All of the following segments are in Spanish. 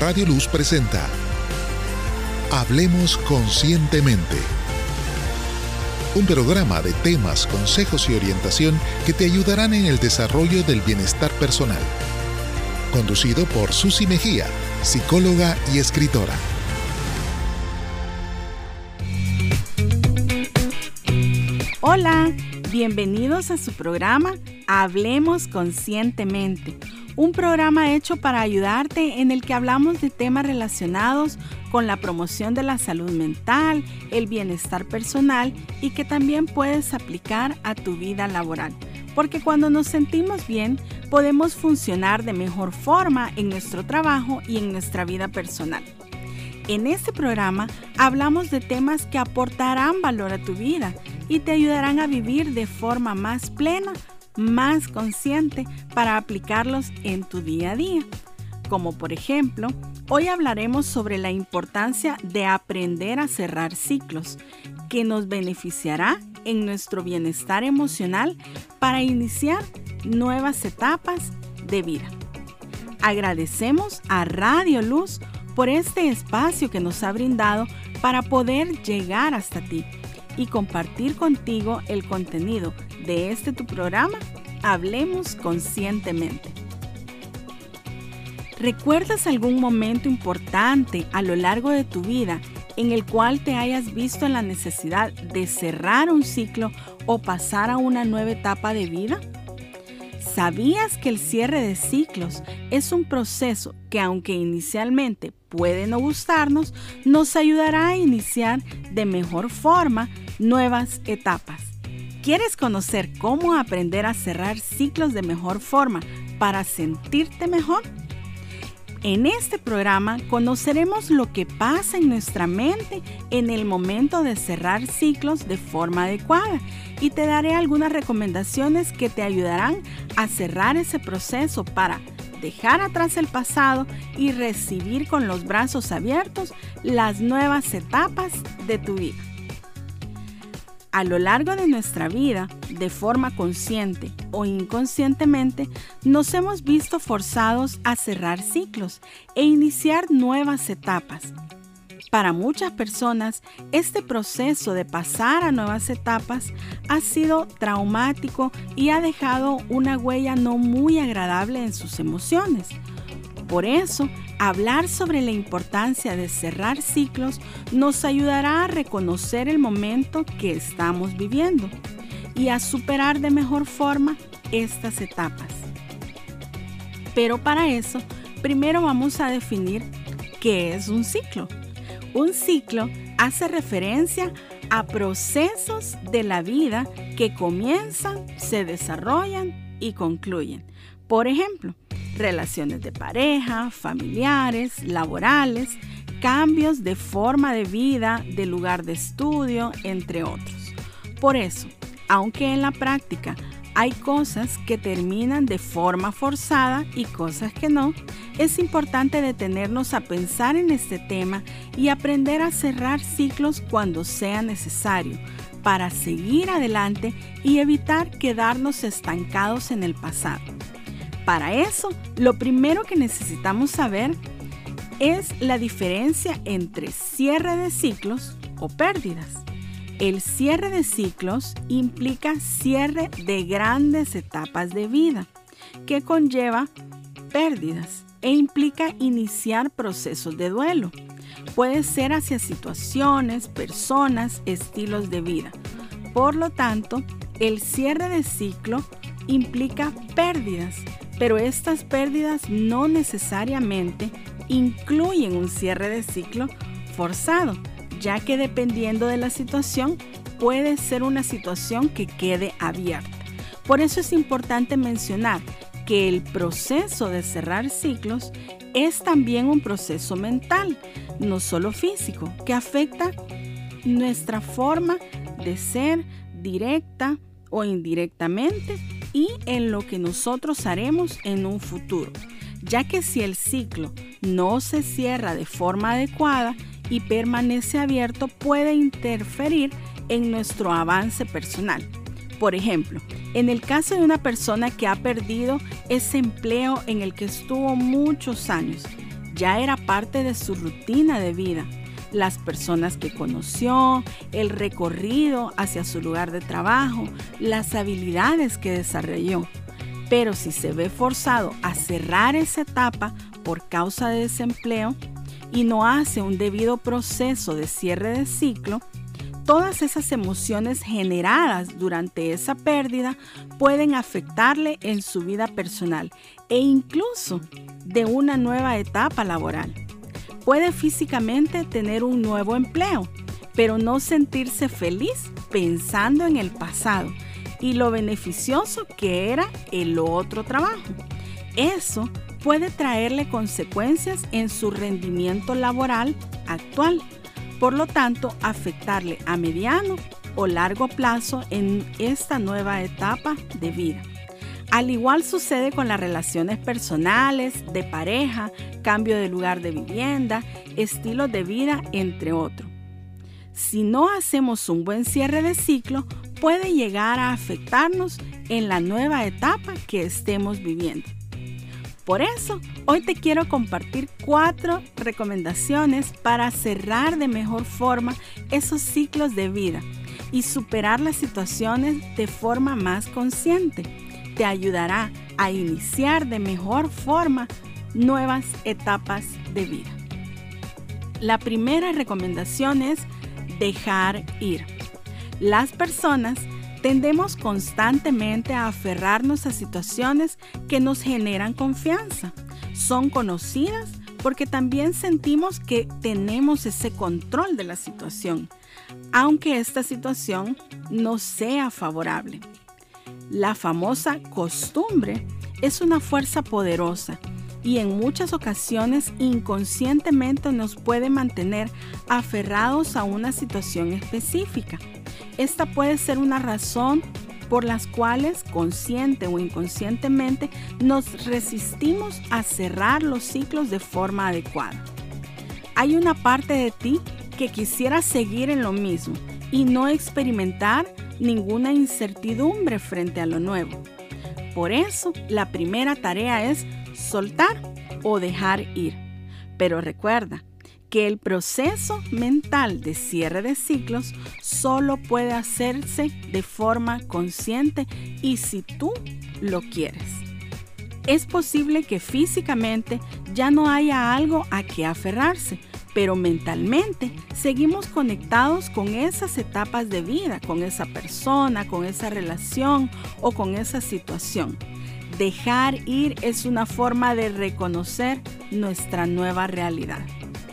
Radio Luz presenta Hablemos Conscientemente. Un programa de temas, consejos y orientación que te ayudarán en el desarrollo del bienestar personal. Conducido por Susi Mejía, psicóloga y escritora. Hola, bienvenidos a su programa Hablemos Conscientemente. Un programa hecho para ayudarte en el que hablamos de temas relacionados con la promoción de la salud mental, el bienestar personal y que también puedes aplicar a tu vida laboral. Porque cuando nos sentimos bien, podemos funcionar de mejor forma en nuestro trabajo y en nuestra vida personal. En este programa hablamos de temas que aportarán valor a tu vida y te ayudarán a vivir de forma más plena, más consciente para aplicarlos en tu día a día. Como por ejemplo, hoy hablaremos sobre la importancia de aprender a cerrar ciclos, que nos beneficiará en nuestro bienestar emocional para iniciar nuevas etapas de vida. Agradecemos a Radio Luz por este espacio que nos ha brindado para poder llegar hasta ti y compartir contigo el contenido de este tu programa, Hablemos Conscientemente. ¿Recuerdas algún momento importante a lo largo de tu vida en el cual te hayas visto en la necesidad de cerrar un ciclo o pasar a una nueva etapa de vida? ¿Sabías que el cierre de ciclos es un proceso que, aunque inicialmente puede no gustarnos, nos ayudará a iniciar de mejor forma nuevas etapas? ¿Quieres conocer cómo aprender a cerrar ciclos de mejor forma para sentirte mejor? En este programa conoceremos lo que pasa en nuestra mente en el momento de cerrar ciclos de forma adecuada y te daré algunas recomendaciones que te ayudarán a cerrar ese proceso para dejar atrás el pasado y recibir con los brazos abiertos las nuevas etapas de tu vida. A lo largo de nuestra vida, de forma consciente o inconscientemente, nos hemos visto forzados a cerrar ciclos e iniciar nuevas etapas. Para muchas personas, este proceso de pasar a nuevas etapas ha sido traumático y ha dejado una huella no muy agradable en sus emociones. Por eso, hablar sobre la importancia de cerrar ciclos nos ayudará a reconocer el momento que estamos viviendo y a superar de mejor forma estas etapas. Pero para eso, primero vamos a definir qué es un ciclo. Un ciclo hace referencia a procesos de la vida que comienzan, se desarrollan y concluyen. Por ejemplo, relaciones de pareja, familiares, laborales, cambios de forma de vida, de lugar de estudio, entre otros. Por eso, aunque en la práctica hay cosas que terminan de forma forzada y cosas que no, es importante detenernos a pensar en este tema y aprender a cerrar ciclos cuando sea necesario para seguir adelante y evitar quedarnos estancados en el pasado. Para eso, lo primero que necesitamos saber es la diferencia entre cierre de ciclos o pérdidas. El cierre de ciclos implica cierre de grandes etapas de vida, que conlleva pérdidas e implica iniciar procesos de duelo. Puede ser hacia situaciones, personas, estilos de vida. Por lo tanto, el cierre de ciclo implica pérdidas, pero estas pérdidas no necesariamente incluyen un cierre de ciclo forzado, ya que dependiendo de la situación, puede ser una situación que quede abierta. Por eso es importante mencionar que el proceso de cerrar ciclos es también un proceso mental, no solo físico, que afecta nuestra forma de ser directa o indirectamente y en lo que nosotros haremos en un futuro, ya que si el ciclo no se cierra de forma adecuada y permanece abierto, puede interferir en nuestro avance personal. Por ejemplo, en el caso de una persona que ha perdido ese empleo en el que estuvo muchos años, ya era parte de su rutina de vida. Las personas que conoció, el recorrido hacia su lugar de trabajo, las habilidades que desarrolló. Pero si se ve forzado a cerrar esa etapa por causa de desempleo y no hace un debido proceso de cierre de ciclo, todas esas emociones generadas durante esa pérdida pueden afectarle en su vida personal e incluso de una nueva etapa laboral. Puede físicamente tener un nuevo empleo, pero no sentirse feliz pensando en el pasado y lo beneficioso que era el otro trabajo. Eso puede traerle consecuencias en su rendimiento laboral actual, por lo tanto afectarle a mediano o largo plazo en esta nueva etapa de vida. Al igual sucede con las relaciones personales, de pareja, cambio de lugar de vivienda, estilo de vida, entre otros. Si no hacemos un buen cierre de ciclo, puede llegar a afectarnos en la nueva etapa que estemos viviendo. Por eso, hoy te quiero compartir 4 recomendaciones para cerrar de mejor forma esos ciclos de vida y superar las situaciones de forma más consciente. Te ayudará a iniciar de mejor forma nuevas etapas de vida. La primera recomendación es dejar ir. Las personas tendemos constantemente a aferrarnos a situaciones que nos generan confianza. Son conocidas porque también sentimos que tenemos ese control de la situación, aunque esta situación no sea favorable. La famosa costumbre es una fuerza poderosa y en muchas ocasiones inconscientemente nos puede mantener aferrados a una situación específica. Esta puede ser una razón por las cuales, consciente o inconscientemente, nos resistimos a cerrar los ciclos de forma adecuada. Hay una parte de ti que quisiera seguir en lo mismo y no experimentar ninguna incertidumbre frente a lo nuevo. Por eso, la primera tarea es soltar o dejar ir. Pero recuerda que el proceso mental de cierre de ciclos solo puede hacerse de forma consciente y si tú lo quieres. Es posible que físicamente ya no haya algo a que aferrarse, pero mentalmente seguimos conectados con esas etapas de vida, con esa persona, con esa relación o con esa situación. Dejar ir es una forma de reconocer nuestra nueva realidad.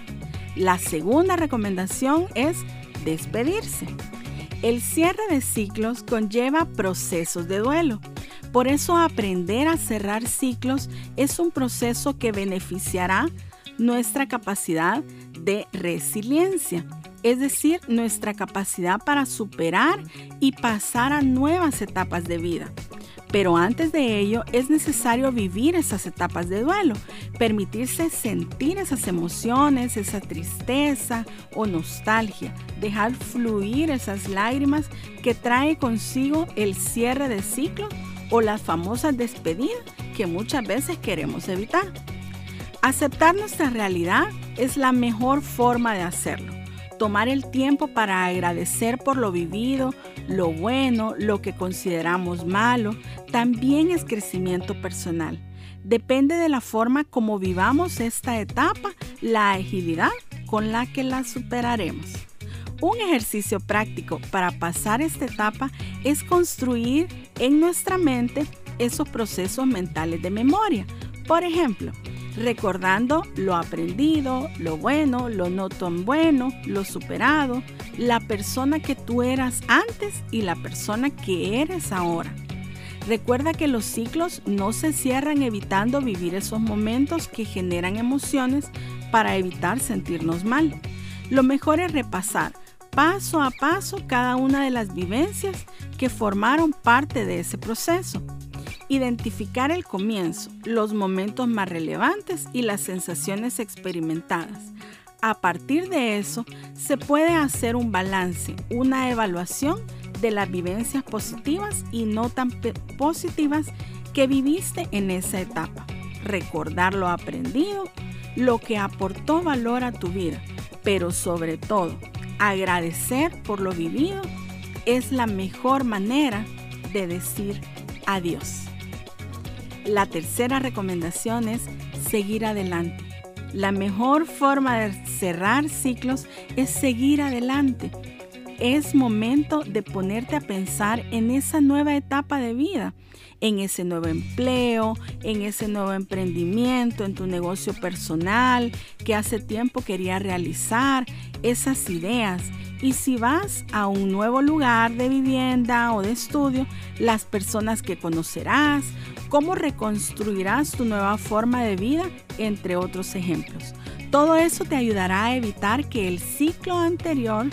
La segunda recomendación es despedirse. El cierre de ciclos conlleva procesos de duelo. Por eso aprender a cerrar ciclos es un proceso que beneficiará nuestra capacidad de resiliencia, es decir, nuestra capacidad para superar y pasar a nuevas etapas de vida. Pero antes de ello es necesario vivir esas etapas de duelo, permitirse sentir esas emociones, esa tristeza o nostalgia, dejar fluir esas lágrimas que trae consigo el cierre de ciclo o las famosas despedidas que muchas veces queremos evitar. Aceptar nuestra realidad es la mejor forma de hacerlo. Tomar el tiempo para agradecer por lo vivido, lo bueno, lo que consideramos malo, también es crecimiento personal. Depende de la forma como vivamos esta etapa, la agilidad con la que la superaremos. Un ejercicio práctico para pasar esta etapa es construir en nuestra mente esos procesos mentales de memoria. Por ejemplo, recordando lo aprendido, lo bueno, lo no tan bueno, lo superado, la persona que tú eras antes y la persona que eres ahora. Recuerda que los ciclos no se cierran evitando vivir esos momentos que generan emociones para evitar sentirnos mal. Lo mejor es repasar paso a paso cada una de las vivencias que formaron parte de ese proceso. Identificar el comienzo, los momentos más relevantes y las sensaciones experimentadas. A partir de eso, se puede hacer un balance, una evaluación de las vivencias positivas y no tan positivas que viviste en esa etapa. Recordar lo aprendido, lo que aportó valor a tu vida, pero sobre todo, agradecer por lo vivido es la mejor manera de decir adiós. La tercera recomendación es seguir adelante. La mejor forma de cerrar ciclos es seguir adelante. Es momento de ponerte a pensar en esa nueva etapa de vida, en ese nuevo empleo, en ese nuevo emprendimiento, en tu negocio personal que hace tiempo querías realizar, esas ideas. Y si vas a un nuevo lugar de vivienda o de estudio, las personas que conocerás, cómo reconstruirás tu nueva forma de vida, entre otros ejemplos. Todo eso te ayudará a evitar que el ciclo anterior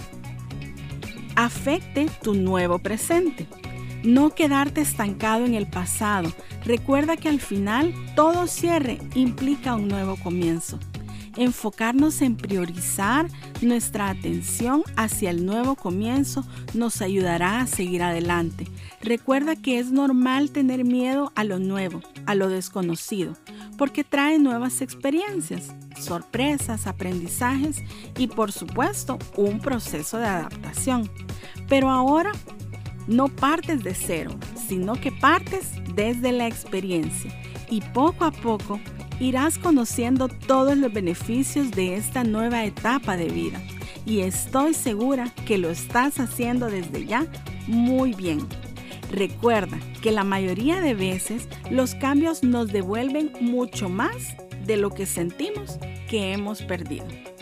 afecte tu nuevo presente. No quedarte estancado en el pasado. Recuerda que al final todo cierre implica un nuevo comienzo. Enfocarnos en priorizar nuestra atención hacia el nuevo comienzo nos ayudará a seguir adelante. Recuerda que es normal tener miedo a lo nuevo, a lo desconocido, porque trae nuevas experiencias, sorpresas, aprendizajes y, por supuesto, un proceso de adaptación. Pero ahora no partes de cero, sino que partes desde la experiencia y poco a poco irás conociendo todos los beneficios de esta nueva etapa de vida. Y estoy segura que lo estás haciendo desde ya muy bien. Recuerda que la mayoría de veces los cambios nos devuelven mucho más de lo que sentimos que hemos perdido.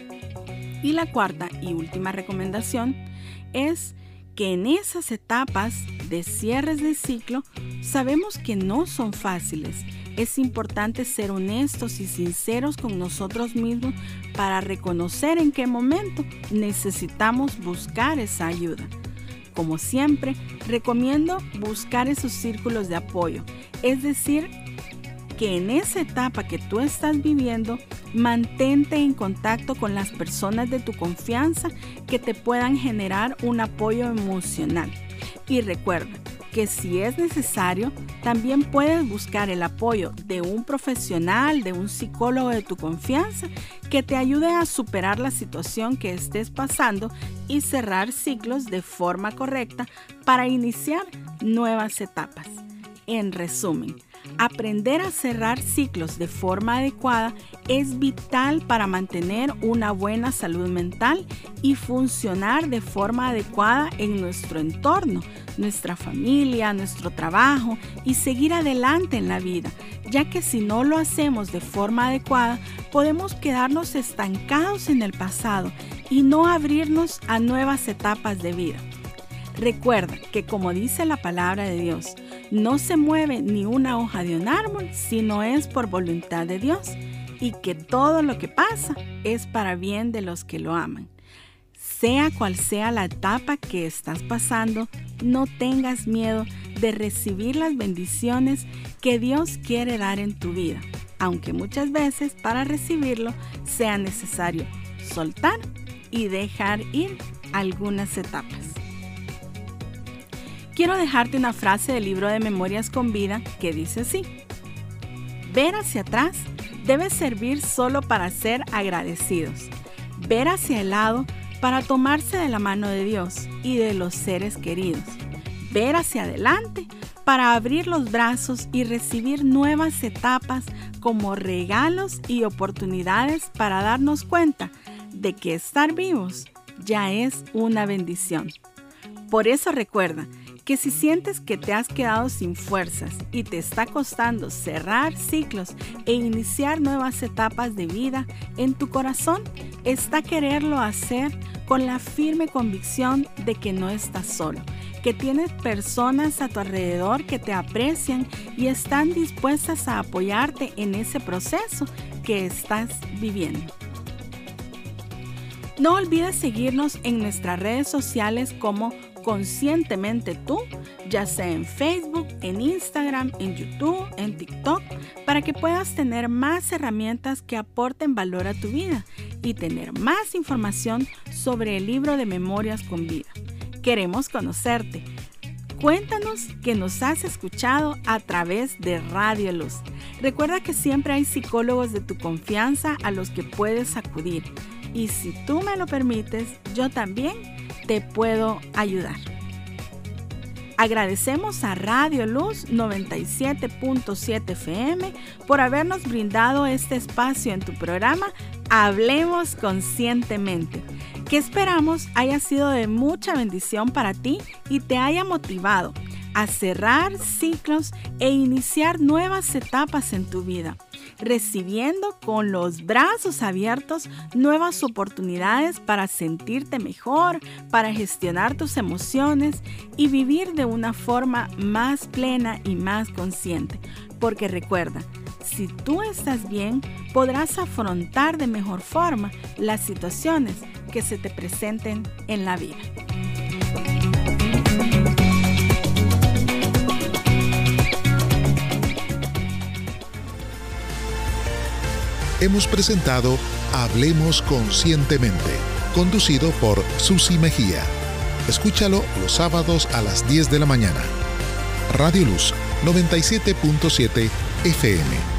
Y la cuarta y última recomendación es que en esas etapas de cierres de ciclo sabemos que no son fáciles. Es importante ser honestos y sinceros con nosotros mismos para reconocer en qué momento necesitamos buscar esa ayuda. Como siempre, recomiendo buscar esos círculos de apoyo, es decir, que en esa etapa que tú estás viviendo, mantente en contacto con las personas de tu confianza que te puedan generar un apoyo emocional. Y recuerda que si es necesario, también puedes buscar el apoyo de un profesional, de un psicólogo de tu confianza, que te ayude a superar la situación que estés pasando y cerrar ciclos de forma correcta para iniciar nuevas etapas. En resumen, aprender a cerrar ciclos de forma adecuada es vital para mantener una buena salud mental y funcionar de forma adecuada en nuestro entorno, nuestra familia, nuestro trabajo y seguir adelante en la vida, ya que si no lo hacemos de forma adecuada, podemos quedarnos estancados en el pasado y no abrirnos a nuevas etapas de vida. Recuerda que, como dice la palabra de Dios, no se mueve ni una hoja de un árbol si no es por voluntad de Dios, y que todo lo que pasa es para bien de los que lo aman. Sea cual sea la etapa que estás pasando, no tengas miedo de recibir las bendiciones que Dios quiere dar en tu vida, aunque muchas veces para recibirlo sea necesario soltar y dejar ir algunas etapas. Quiero dejarte una frase del libro de Memorias con Vida que dice así: ver hacia atrás debe servir solo para ser agradecidos. Ver hacia el lado para tomarse de la mano de Dios y de los seres queridos. Ver hacia adelante para abrir los brazos y recibir nuevas etapas como regalos y oportunidades para darnos cuenta de que estar vivos ya es una bendición. Por eso recuerda que si sientes que te has quedado sin fuerzas y te está costando cerrar ciclos e iniciar nuevas etapas de vida, en tu corazón está quererlo hacer con la firme convicción de que no estás solo, que tienes personas a tu alrededor que te aprecian y están dispuestas a apoyarte en ese proceso que estás viviendo. No olvides seguirnos en nuestras redes sociales como Conscientemente Tú, ya sea en Facebook, en Instagram, en YouTube, en TikTok, para que puedas tener más herramientas que aporten valor a tu vida y tener más información sobre el libro de Memorias con Vida. Queremos conocerte. Cuéntanos que nos has escuchado a través de Radio Luz. Recuerda que siempre hay psicólogos de tu confianza a los que puedes acudir. Y si tú me lo permites, yo también te puedo ayudar. Agradecemos a Radio Luz 97.7 FM por habernos brindado este espacio en tu programa Hablemos Conscientemente, que esperamos haya sido de mucha bendición para ti y te haya motivado a cerrar ciclos e iniciar nuevas etapas en tu vida, recibiendo con los brazos abiertos nuevas oportunidades para sentirte mejor, para gestionar tus emociones y vivir de una forma más plena y más consciente. Porque recuerda, si tú estás bien, podrás afrontar de mejor forma las situaciones que se te presenten en la vida. Hemos presentado Hablemos Conscientemente, conducido por Susi Mejía. Escúchalo los sábados a las 10 de la mañana. Radio Luz 97.7 FM.